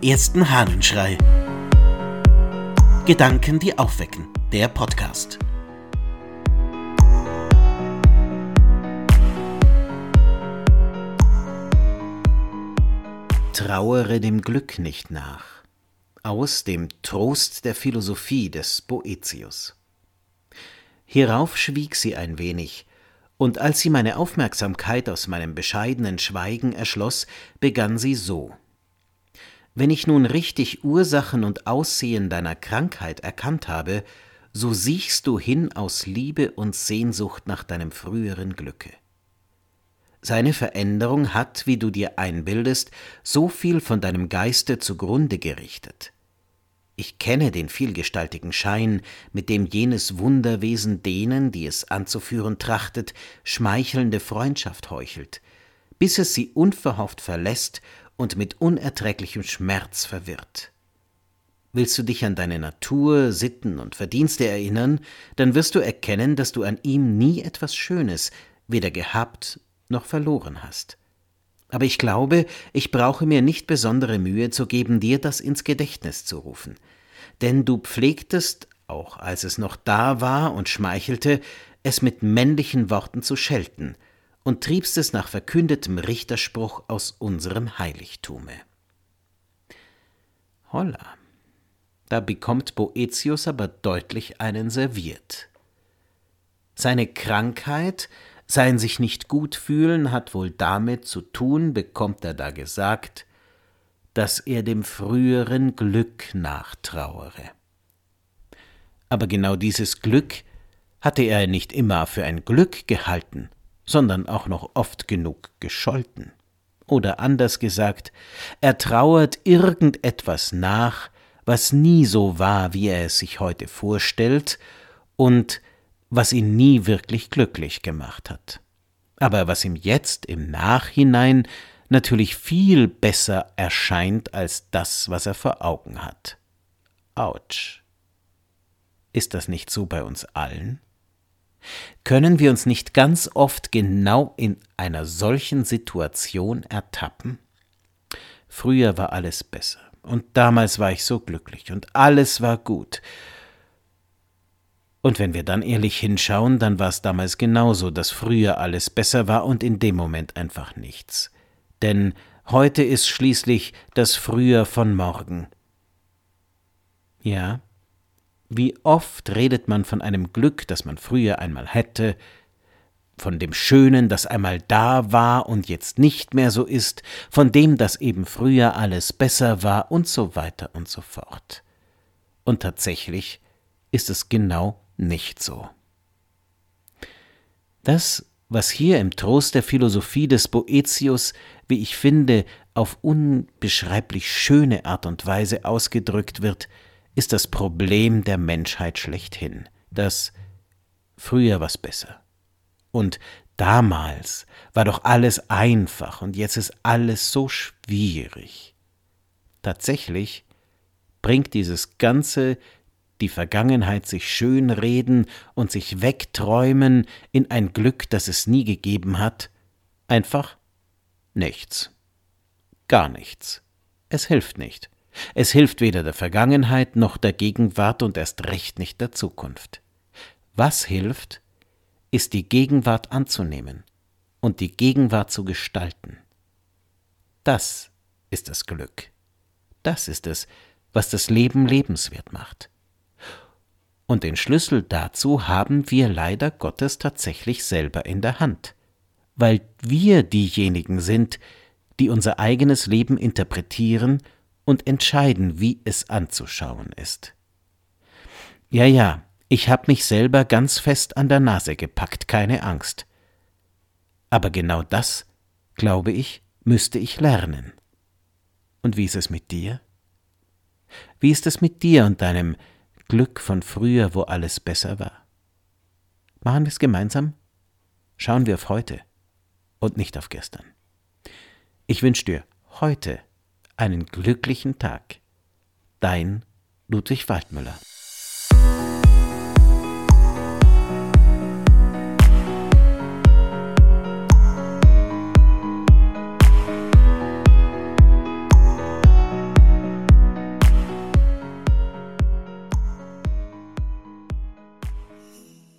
ersten Hahnenschrei. Gedanken, die aufwecken. Der Podcast. Trauere dem Glück nicht nach. Aus dem Trost der Philosophie des Boëthius. Hierauf schwieg sie ein wenig, und als sie meine Aufmerksamkeit aus meinem bescheidenen Schweigen erschloss, begann sie so: Wenn ich nun richtig Ursachen und Aussehen deiner Krankheit erkannt habe, so siechst du hin aus Liebe und Sehnsucht nach deinem früheren Glücke. Seine Veränderung hat, wie du dir einbildest, so viel von deinem Geiste zugrunde gerichtet. Ich kenne den vielgestaltigen Schein, mit dem jenes Wunderwesen denen, die es anzuführen trachtet, schmeichelnde Freundschaft heuchelt, bis es sie unverhofft verlässt und mit unerträglichem Schmerz verwirrt. Willst du dich an deine Natur, Sitten und Verdienste erinnern, dann wirst du erkennen, dass du an ihm nie etwas Schönes, weder gehabt noch verloren hast. Aber ich glaube, ich brauche mir nicht besondere Mühe zu geben, dir das ins Gedächtnis zu rufen. Denn du pflegtest, auch als es noch da war und schmeichelte, es mit männlichen Worten zu schelten und triebst es nach verkündetem Richterspruch aus unserem Heiligtume. Holla, da bekommt Boëthius aber deutlich einen serviert. Seine Krankheit, sein sich nicht gut fühlen, hat wohl damit zu tun, bekommt er da gesagt, dass er dem früheren Glück nachtrauere. Aber genau dieses Glück hatte er nicht immer für ein Glück gehalten, sondern auch noch oft genug gescholten. Oder anders gesagt, er trauert irgendetwas nach, was nie so war, wie er es sich heute vorstellt, und was ihn nie wirklich glücklich gemacht hat. Aber was ihm jetzt im Nachhinein natürlich viel besser erscheint als das, was er vor Augen hat. Autsch. Ist das nicht so bei uns allen? Können wir uns nicht ganz oft genau in einer solchen Situation ertappen? Früher war alles besser, und damals war ich so glücklich, und alles war gut. Und wenn wir dann ehrlich hinschauen, dann war es damals genauso, dass früher alles besser war und in dem Moment einfach nichts. Denn heute ist schließlich das Früher von morgen. Ja, wie oft redet man von einem Glück, das man früher einmal hätte, von dem Schönen, das einmal da war und jetzt nicht mehr so ist, von dem, dass eben früher alles besser war und so weiter und so fort. Und tatsächlich ist es genau nicht so. Das, was hier im Trost der Philosophie des Boëthius, wie ich finde, auf unbeschreiblich schöne Art und Weise ausgedrückt wird, ist das Problem der Menschheit schlechthin, das früher war's besser. Und damals war doch alles einfach und jetzt ist alles so schwierig. Tatsächlich bringt dieses ganze die Vergangenheit sich schönreden und sich wegträumen in ein Glück, das es nie gegeben hat, einfach nichts. Gar nichts. Es hilft nicht. Es hilft weder der Vergangenheit noch der Gegenwart und erst recht nicht der Zukunft. Was hilft, ist die Gegenwart anzunehmen und die Gegenwart zu gestalten. Das ist das Glück. Das ist es, was das Leben lebenswert macht. Und den Schlüssel dazu haben wir leider Gottes tatsächlich selber in der Hand, weil wir diejenigen sind, die unser eigenes Leben interpretieren und entscheiden, wie es anzuschauen ist. Ja, ich habe mich selber ganz fest an der Nase gepackt, keine Angst. Aber genau das, glaube ich, müsste ich lernen. Und wie ist es mit dir? Wie ist es mit dir und deinem Glück von früher, wo alles besser war? Machen wir es gemeinsam? Schauen wir auf heute und nicht auf gestern. Ich wünsche dir heute einen glücklichen Tag. Dein Ludwig Waldmüller.